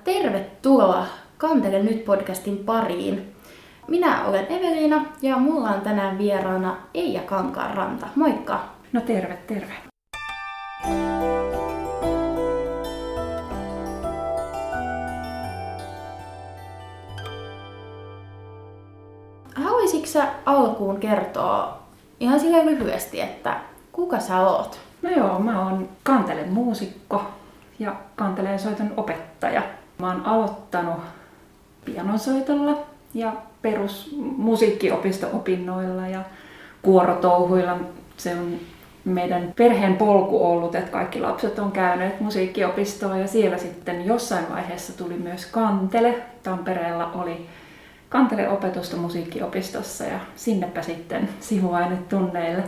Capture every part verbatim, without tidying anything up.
tervetuloa Kantele nyt podcastin pariin. Minä olen Eveliina ja mulla on tänään vieraana Eija Kankaanranta. Moikka! No terve, terve! Haluaisitko sä alkuun kertoa ihan silleen lyhyesti, että kuka sä oot? No joo, mä oon kantelen muusikko ja kanteleen soiton opettaja. Mä oon aloittanut pianonsoitolla ja perusmusiikkiopisto-opinnoilla ja kuorotouhuilla. Se on meidän perheen polku ollut, että kaikki lapset on käyneet musiikkiopistoa ja siellä sitten jossain vaiheessa tuli myös kantele. Tampereella oli kanteleopetusta musiikkiopistossa ja sinnepä sitten sivuainetunneille.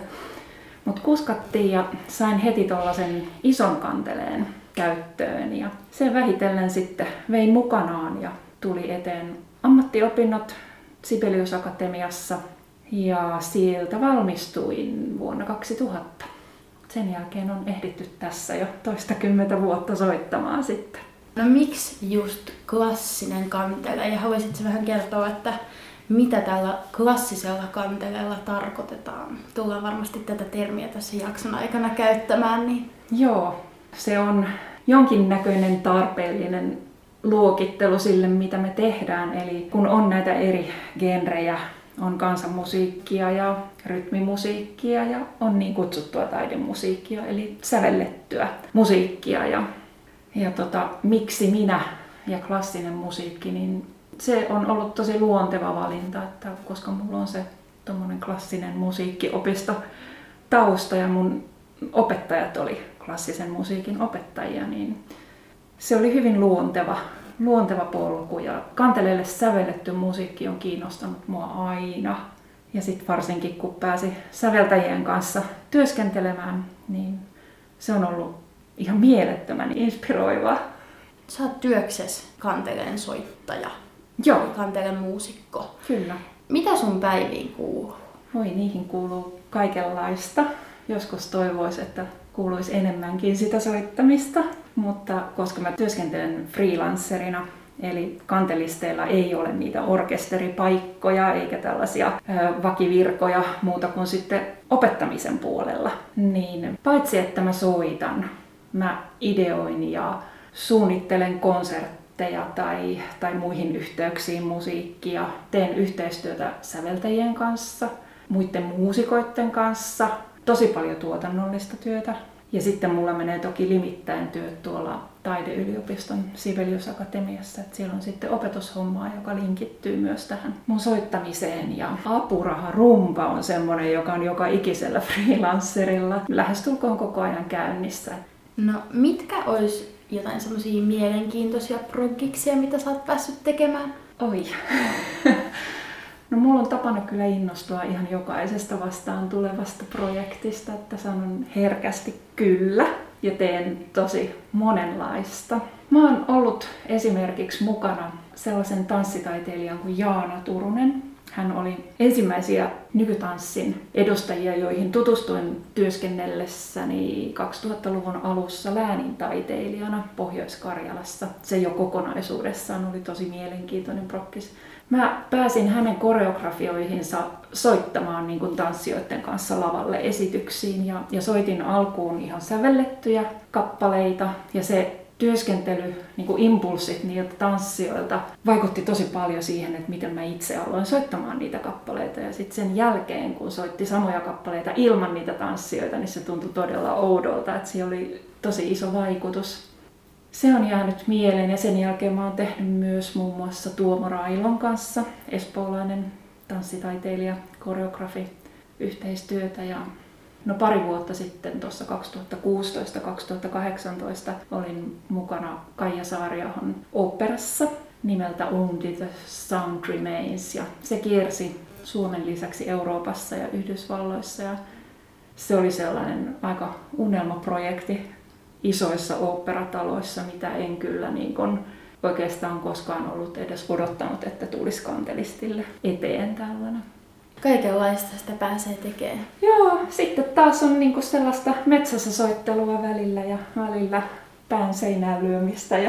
Mut kuskattiin ja sain heti tollasen ison kanteleen käyttöön ja se vähitellen sitten vei mukanaan ja tuli eteen ammattiopinnot Sibelius Akatemiassa ja sieltä valmistuin vuonna kaksituhatta. Sen jälkeen on ehditty tässä jo toistakymmentä vuotta soittamaan sitten. No miksi just klassinen kantele? Ja haluaisitko vähän kertoa, että mitä tällä klassisella kanteleella tarkoitetaan? Tullaan varmasti tätä termiä tässä jakson aikana käyttämään. Niin... Joo, se on jonkinnäköinen tarpeellinen luokittelu sille, mitä me tehdään. Eli kun on näitä eri genrejä, on kansanmusiikkia ja rytmimusiikkia ja on niin kutsuttua taidemusiikkia, eli sävellettyä musiikkia. Ja, ja tota, miksi minä ja klassinen musiikki, niin se on ollut tosi luonteva valinta, että koska mulla on se tommonen klassinen musiikkiopisto tausta ja mun opettajat oli klassisen musiikin opettajia, niin se oli hyvin luonteva, luonteva polku ja kanteleelle sävelletty musiikki on kiinnostanut mua aina. Ja sitten varsinkin kun pääsi säveltäjien kanssa työskentelemään, niin se on ollut ihan mielettömän inspiroivaa. Sä oot työksessä kanteleen soittaja. Joo. Kanteleen muusikko. Kyllä. Mitä sun päiviin kuuluu? Voi, niihin kuuluu kaikenlaista. Joskus toivoisi, että kuuluisi enemmänkin sitä soittamista, mutta koska mä työskentelen freelancerina, eli kantelisteilla ei ole niitä orkesteripaikkoja eikä tällaisia ö, vakivirkoja muuta kuin sitten opettamisen puolella, niin paitsi että mä soitan, mä ideoin ja suunnittelen konsertteja tai, tai muihin yhteyksiin musiikkia, teen yhteistyötä säveltäjien kanssa, muiden muusikoiden kanssa, tosi paljon tuotannollista työtä. Ja sitten mulla menee toki limittäin työt tuolla taideyliopiston Sibelius Akatemiassa, että siellä on sitten opetushommaa, joka linkittyy myös tähän mun soittamiseen. Ja apuraharumpa on semmoinen, joka on joka ikisellä freelancerilla lähestulkoon koko ajan käynnissä. No mitkä olisi jotain semmoisia mielenkiintoisia proggiksia, mitä sä oot päässyt tekemään? Oi. No mulla on tapana kyllä innostua ihan jokaisesta vastaan tulevasta projektista, että sanon herkästi kyllä ja teen tosi monenlaista. Mä oon ollut esimerkiksi mukana sellaisen tanssitaiteilijan kuin Jaana Turunen. Hän oli ensimmäisiä nykytanssin edustajia, joihin tutustuin työskennellessäni kaksituhattaluvun alussa läänintaiteilijana Pohjois-Karjalassa. Se jo kokonaisuudessaan oli tosi mielenkiintoinen prokkis. Mä pääsin hänen koreografioihinsa soittamaan niin kuin tanssijoiden kanssa lavalle esityksiin ja, ja soitin alkuun ihan sävellettyjä kappaleita ja se työskentely, niin kuin impulssit niiltä tanssijoilta vaikutti tosi paljon siihen, että miten mä itse aloin soittamaan niitä kappaleita. Ja sitten sen jälkeen, kun soitti samoja kappaleita ilman niitä tanssijoita, niin se tuntui todella oudolta, että se oli tosi iso vaikutus. Se on jäänyt mieleen ja sen jälkeen mä oon tehnyt myös muun muassa Tuomo Railon kanssa, espoolainen tanssitaiteilija, koreografi, yhteistyötä. Ja no pari vuotta sitten, tuossa kaksituhattakuusitoista kaksituhattakahdeksantoista, olin mukana Kaija Saariahon oopperassa nimeltä Only the Sound Remains. Ja se kiersi Suomen lisäksi Euroopassa ja Yhdysvalloissa. Ja se oli sellainen aika unelmaprojekti isoissa oopperataloissa, mitä en kyllä niin kun oikeastaan koskaan ollut edes odottanut, että tulisi kantelistille eteen tällainen. Kaikenlaista sitä pääsee tekemään. Joo, sitten taas on niinku sellaista metsässä soittelua välillä ja välillä pään seinään lyömistä ja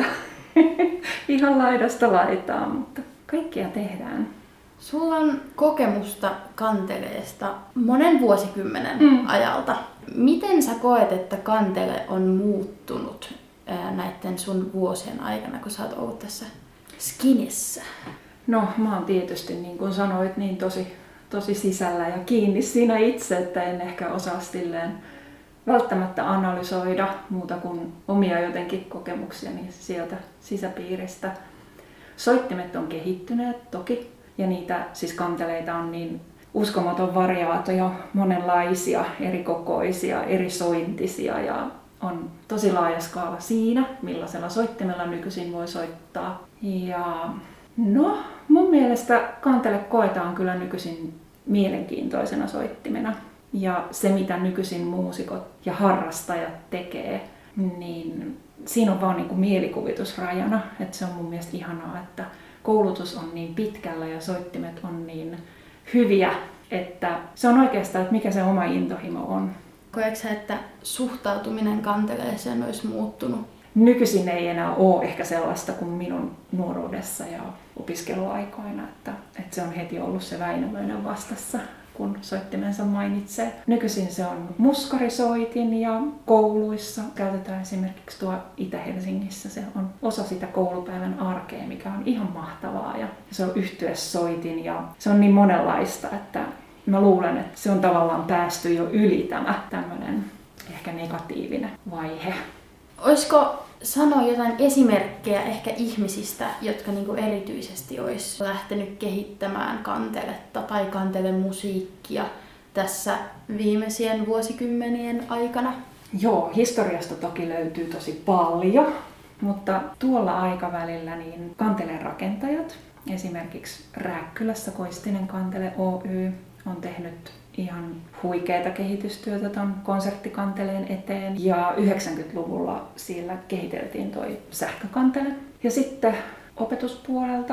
ihan laidasta laitaan, mutta kaikkia tehdään. Sulla on kokemusta kanteleesta monen vuosikymmenen mm. ajalta. Miten sä koet, että kantele on muuttunut näiden sun vuosien aikana, kun sä oot ollut tässä skinissä? No, mä oon tietysti, niin kuin sanoit, niin tosi, tosi sisällä ja kiinni siinä itse, että en ehkä osaa silleen välttämättä analysoida muuta kuin omia jotenkin kokemuksiani sieltä sisäpiiristä. Soittimet on kehittyneet toki, ja niitä siis kanteleita on niin uskomaton variaatio, monenlaisia, eri kokoisia, eri sointisia ja on tosi laaja skaala siinä, millaisella soittimella nykyisin voi soittaa. Ja no, mun mielestä kantele koetaan kyllä nykyisin mielenkiintoisena soittimena. Ja se, mitä nykyisin muusikot ja harrastajat tekee, niin siinä on vaan niin kuin mielikuvitusrajana. Että se on mun mielestä ihanaa, että koulutus on niin pitkällä ja soittimet on niin hyviä, että se on oikeastaan, että mikä se oma intohimo on. Koetko sä, että suhtautuminen kanteleeseen olisi muuttunut? Nykyisin ei enää ole ehkä sellaista kuin minun nuoruudessa ja opiskeluaikoina, että, että se on heti ollut se Väinämöinen vastassa, kun soittimensa mainitsee. Nykyisin se on muskarisoitin ja kouluissa käytetään esimerkiksi tuo Itä-Helsingissä. Se on osa sitä koulupäivän arkea, mikä on ihan mahtavaa ja se on yhtyesoitin ja se on niin monenlaista, että mä luulen, että se on tavallaan päästy jo yli tämä tämmöinen ehkä negatiivinen vaihe. Olisiko sanoa jotain esimerkkejä ehkä ihmisistä, jotka niinku erityisesti olisi lähtenyt kehittämään kanteletta tai kantelemusiikkia tässä viimeisien vuosikymmenien aikana? Joo, historiasta toki löytyy tosi paljon, mutta tuolla aikavälillä niin kantelen rakentajat, esimerkiksi Rääkkylässä Koistinen Kantele Oy on tehnyt ihan huikeaa kehitystyötä ton konserttikanteleen eteen. Ja yhdeksänkymmentäluvulla siellä kehiteltiin toi sähkökantele. Ja sitten opetuspuolelta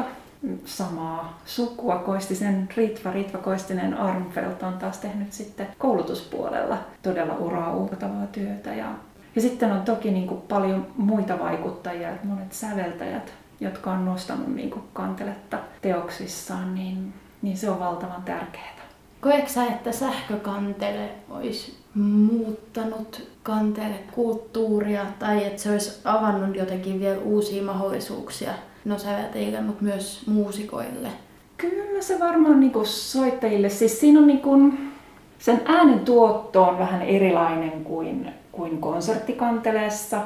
samaa sukua Koistisen Ritva, Ritva Koistinen Armfelt on taas tehnyt sitten koulutuspuolella todella uraauurtavaa työtä. Ja, ja sitten on toki niin kuin paljon muita vaikuttajia, että monet säveltäjät, jotka on nostanut niin kuin kanteletta teoksissaan, niin, niin se on valtavan tärkeää. Koetko sä, että sähkökantele olisi muuttanut kantelekulttuuria tai että se olisi avannut jotenkin vielä uusia mahdollisuuksia no säveltäjille, mutta myös muusikoille? Kyllä se varmaan niin kuin soittajille. Siis siinä on niin kuin, sen äänen tuotto on vähän erilainen kuin, kuin konserttikanteleessa.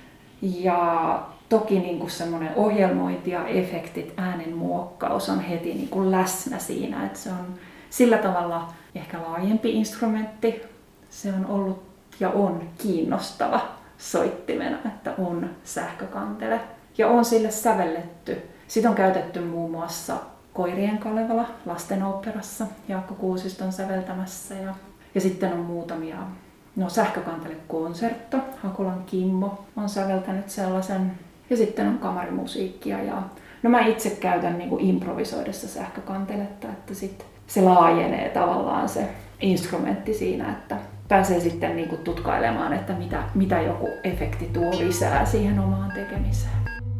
Ja toki niin kuin semmoinen ohjelmointi ja efektit, äänen muokkaus on heti niin kuin läsnä siinä, että se on sillä tavalla ehkä laajempi instrumentti. Se on ollut ja on kiinnostava soittimena, että on sähkökantele. Ja on sille sävelletty. Sitä on käytetty muun muassa Koirien Kalevala lastenoopperassa Jaakko Kuusiston säveltämässä. Ja, ja sitten on muutamia, no sähkökantelekonsertto, Hakulan Kimmo on säveltänyt sellaisen. Ja sitten on kamarimusiikkia. Ja, no mä itse käytän niin kuin improvisoidessa sähkökanteletta, että sit se laajenee tavallaan se instrumentti siinä, että pääsee sitten niin kuin tutkailemaan, että mitä, mitä joku efekti tuo lisää siihen omaan tekemiseen.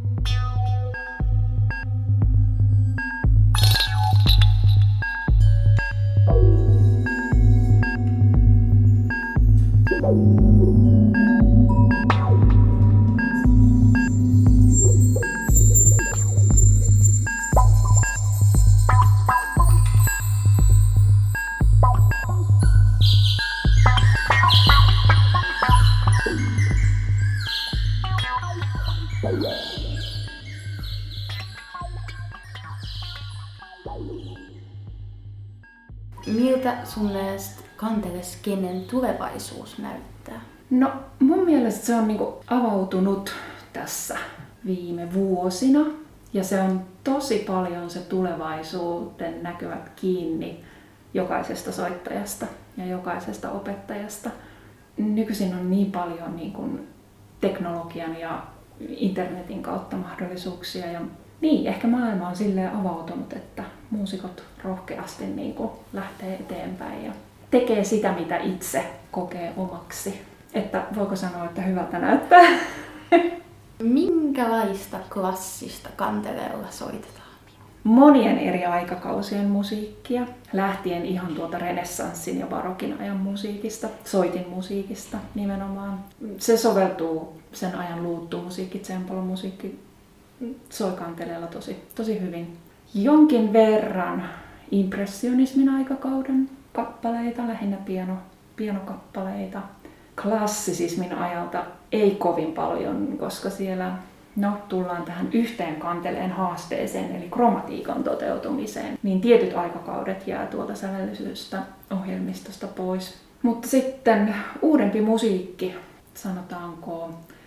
Miltä sun mielestä kanteleskenen tulevaisuus näyttää? No mun mielestä se on niinku avautunut tässä viime vuosina ja se on tosi paljon se tulevaisuuden näkymät kiinni jokaisesta soittajasta ja jokaisesta opettajasta. Nykyisin on niin paljon niin kuin teknologian ja internetin kautta mahdollisuuksia ja niin, ehkä maailma on silleen avautunut, että muusikot rohkeasti niin kuin lähtee eteenpäin ja tekee sitä, mitä itse kokee omaksi. Että voiko sanoa, että hyvältä näyttää? Minkälaista klassista kanteleella soitetaan? Monien eri aikakausien musiikkia, lähtien ihan tuolta renessanssin ja barokin ajan musiikista, soitin musiikista nimenomaan. Se soveltuu sen ajan luuttumusiikki, cembalo-musiikki, soi kanteleella tosi, tosi hyvin. Jonkin verran impressionismin aikakauden kappaleita, lähinnä piano, pianokappaleita. Klassisismin ajalta ei kovin paljon, koska siellä no, tullaan tähän yhteen kanteleen haasteeseen, eli kromatiikan toteutumiseen, niin tietyt aikakaudet jää tuolta sävellysestä ohjelmistosta pois. Mutta sitten uudempi musiikki, sanotaanko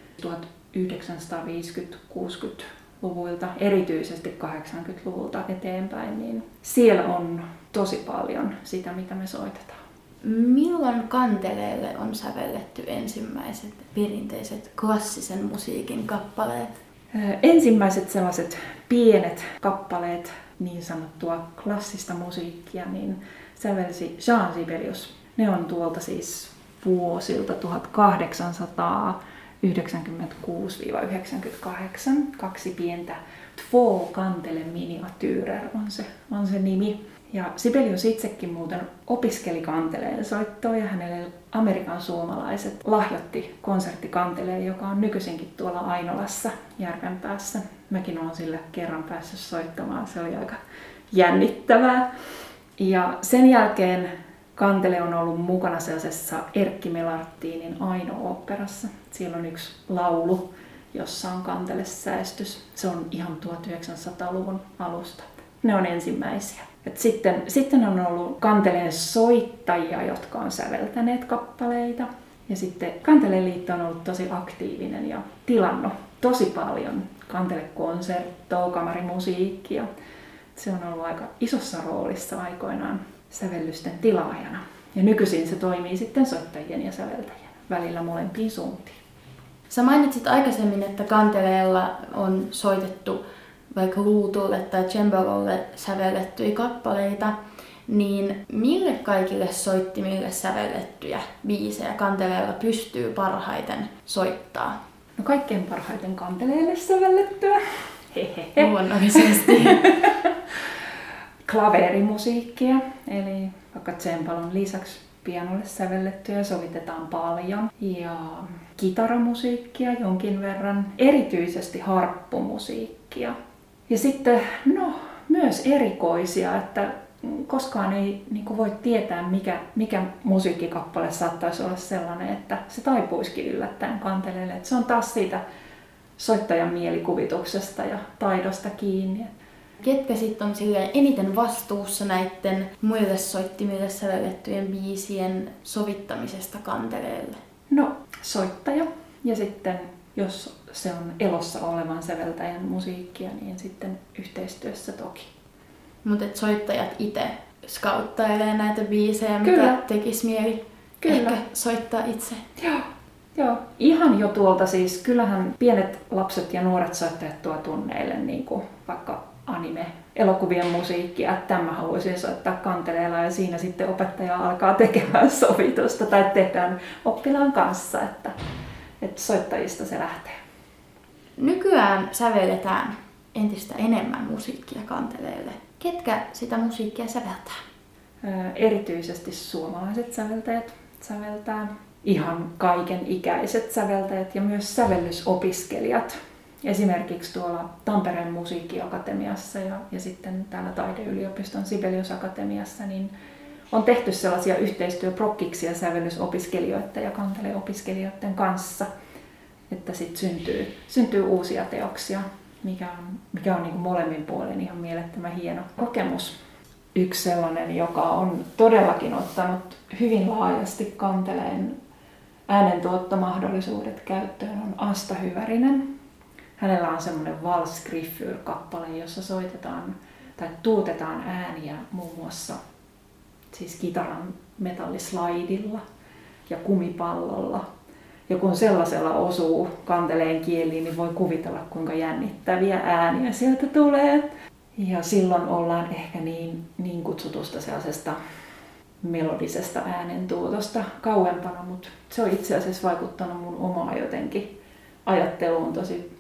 tuhatyhdeksänsataaviisikymmentä-kuusikymmentäluvuilta, erityisesti kahdeksankymmentäluvulta eteenpäin, niin siellä on tosi paljon sitä, mitä me soitetaan. Milloin kanteleelle on sävelletty ensimmäiset perinteiset klassisen musiikin kappaleet? Ensimmäiset sellaiset pienet kappaleet, niin sanottua klassista musiikkia, niin sävelsi Jean Sibelius. Ne on tuolta siis vuosilta tuhatkahdeksansataayhdeksänkymmentäkuusi yhdeksänkymmentäkahdeksan. Kaksi pientä Två kantele miniatyrer on se, on se nimi. Ja Sibelius itsekin muuten opiskeli kanteleen soittoa ja hänelle Amerikan suomalaiset lahjoitti konserttikanteleen, joka on nykyisinkin tuolla Ainolassa Järvenpäässä. Mäkin olen sillä kerran päässyt soittamaan, se oli aika jännittävää. Ja sen jälkeen kantele on ollut mukana sellaisessa Erkki Melartinin Aino-oopperassa. Siellä on yksi laulu, jossa on kantelesäästys. Se on ihan tuhatyhdeksänsataaluvun alusta. Ne on ensimmäisiä. Et sitten, sitten on ollut kanteleen soittajia, jotka on säveltäneet kappaleita. Ja sitten Kanteleliitto on ollut tosi aktiivinen ja tilannut tosi paljon kantelekonserttoa, kamarimusiikkia. Se on ollut aika isossa roolissa aikoinaan sävellysten tilaajana. Ja nykyisin se toimii sitten soittajien ja säveltäjien välillä molempiin suuntiin. Sä mainitsit aikaisemmin, että kanteleella on soitettu vaikka luutulle tai cembalolle sävellettyjä kappaleita, niin mille kaikille soittimille sävellettyjä biisejä kanteleella pystyy parhaiten soittaa? No kaikkein parhaiten kanteleelle sävellettyä. Hehehe. Luonnollisesti. Klaverimusiikkia, eli vaikka cembalon lisäksi pianolle sävellettyä sovitetaan paljon. Ja kitaramusiikkia jonkin verran, erityisesti harppumusiikkia. Ja sitten no, myös erikoisia, että koskaan ei niin kuin voi tietää, mikä, mikä musiikkikappale saattaisi olla sellainen, että se taipuisikin yllättäen kanteleelle. Että se on taas siitä soittajan mielikuvituksesta ja taidosta kiinni. Ketkä sitten on eniten vastuussa näiden muille soittimille sävellettyjen biisien sovittamisesta kanteleelle? No, soittaja ja sitten jos se on elossa olevan säveltäjän musiikkia, niin sitten yhteistyössä toki. Mutta soittajat itse skauttailee näitä biisejä, Kyllä. mitä tekisi mieli Kyllä. ehkä soittaa itse. Joo. Joo, ihan jo tuolta siis. Kyllähän pienet lapset ja nuoret soittajat tuo tunneille niin kuin vaikka anime-elokuvien musiikkia, että tämä haluaisin soittaa kanteleella ja siinä sitten opettaja alkaa tekemään sovitusta tai tehdään oppilaan kanssa, että, että soittajista se lähtee. Nykyään sävelletään entistä enemmän musiikkia kanteleelle. Ketkä sitä musiikkia säveltää? Erityisesti suomalaiset säveltäjät säveltää, ihan kaiken ikäiset säveltäjät ja myös sävellysopiskelijat. Esimerkiksi tuolla Tampereen musiikkiakatemiassa ja, ja sitten täällä Taideyliopiston Sibelius Akatemiassa niin on tehty sellaisia yhteistyöprokkiksia sävellysopiskelijoiden ja kanteleopiskelijoiden kanssa, että sitten syntyy, syntyy uusia teoksia, mikä on, mikä on niin kuin molemmin puolin ihan mielettömän hieno kokemus. Yksi sellainen, joka on todellakin ottanut hyvin laajasti kanteleen äänentuottomahdollisuudet käyttöön, on Asta Hyvärinen. Hänellä on semmoinen Vals Griffur-kappale, jossa soitetaan tai tuutetaan ääniä muun muassa siis kitaran metallislaidilla ja kumipallolla. Ja kun sellaisella osuu kanteleen kieliin, niin voi kuvitella, kuinka jännittäviä ääniä sieltä tulee. Ja silloin ollaan ehkä niin, niin kutsutusta sellaisesta melodisesta äänentuotosta kauempana, mutta se on itse asiassa vaikuttanut mun omaa jotenkin ajatteluun tosi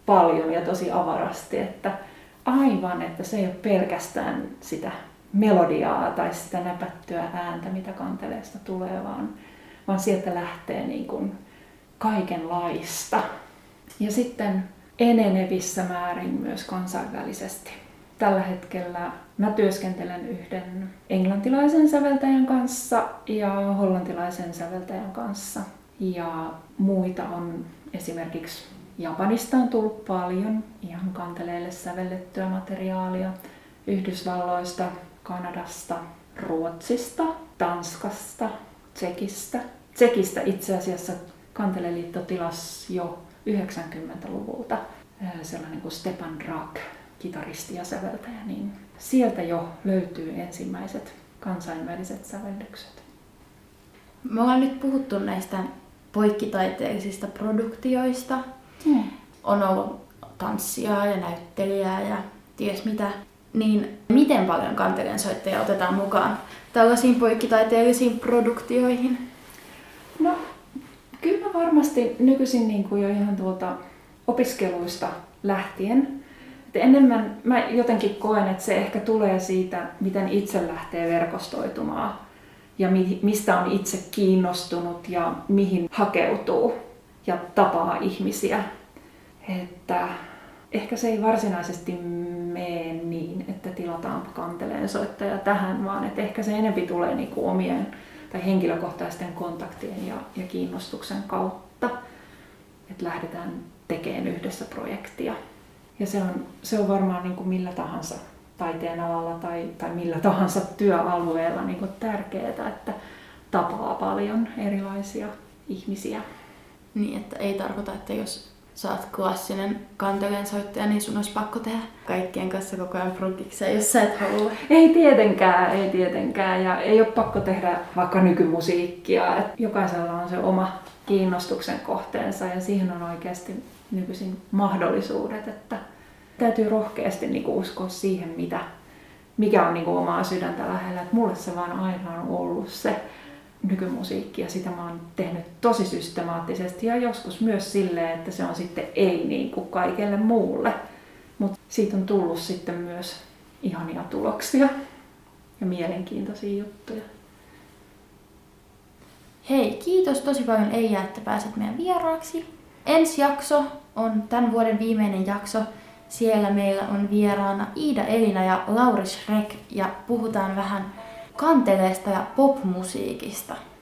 paljon ja tosi avarasti, että aivan, että se ei ole pelkästään sitä melodiaa tai sitä näpättyä ääntä, mitä kanteleesta tulee, vaan, vaan sieltä lähtee niin kuin kaikenlaista. Ja sitten enenevissä määrin myös kansainvälisesti. Tällä hetkellä mä työskentelen yhden englantilaisen säveltäjän kanssa ja hollantilaisen säveltäjän kanssa. Ja muita on esimerkiksi Japanista on tullut paljon ihan kanteleille sävellettyä materiaalia. Yhdysvalloista, Kanadasta, Ruotsista, Tanskasta, Tsekistä. Tsekistä itse asiassa Kanteleliitto tilasi jo yhdeksänkymmentäluvulta sellainen kuin Stepan Drag, kitaristi ja säveltäjä, niin sieltä jo löytyy ensimmäiset kansainväliset sävellykset. Me ollaan nyt puhuttu näistä poikkitaiteellisista produktioista. Hmm. On ollut tanssia ja näyttelijää ja ties mitä. Niin miten paljon kanteleensoittajia otetaan mukaan tällaisiin poikkitaiteellisiin produktioihin? No, kyllä varmasti nykyisin niin kuin jo ihan tuolta opiskeluista lähtien. Et enemmän mä jotenkin koen, että se ehkä tulee siitä, miten itse lähtee verkostoitumaan ja mi- mistä on itse kiinnostunut ja mihin hakeutuu ja tapaa ihmisiä. Että ehkä se ei varsinaisesti mene niin, että tilataan kanteleensoittaja tähän, vaan että ehkä se enempi tulee niinku omien tai henkilökohtaisten kontaktien ja, ja kiinnostuksen kautta, että lähdetään tekemään yhdessä projektia. Ja se on, se on varmaan niin kuin millä tahansa taiteen alalla tai, tai millä tahansa työalueella niin kuin tärkeää, että tapaa paljon erilaisia ihmisiä. Niin, että ei tarkoita, että jos sä oot klassinen kanteleensoittaja, niin sun olisi pakko tehdä kaikkien kanssa koko ajan progikseja, jos sä et halua. Ei tietenkään, ei tietenkään. Ja ei ole pakko tehdä vaikka nykymusiikkia. Et jokaisella on se oma kiinnostuksen kohteensa ja siihen on oikeasti nykyisin mahdollisuudet, että täytyy rohkeasti niinku uskoa siihen, mitä, mikä on niinku omaa sydäntä lähellä. Et mulle se vaan aina on ollut se nykymusiikki ja sitä mä oon tehnyt tosi systemaattisesti ja joskus myös silleen, että se on sitten ei niin kuin kaikelle muulle. Mutta siitä on tullut sitten myös ihania tuloksia ja mielenkiintoisia juttuja. Hei, kiitos tosi paljon Eija, että pääsit meidän vieraaksi. Ensi jakso on tämän vuoden viimeinen jakso. Siellä meillä on vieraana Iida Elina ja Lauri Schreck ja puhutaan vähän kanteleesta ja popmusiikista.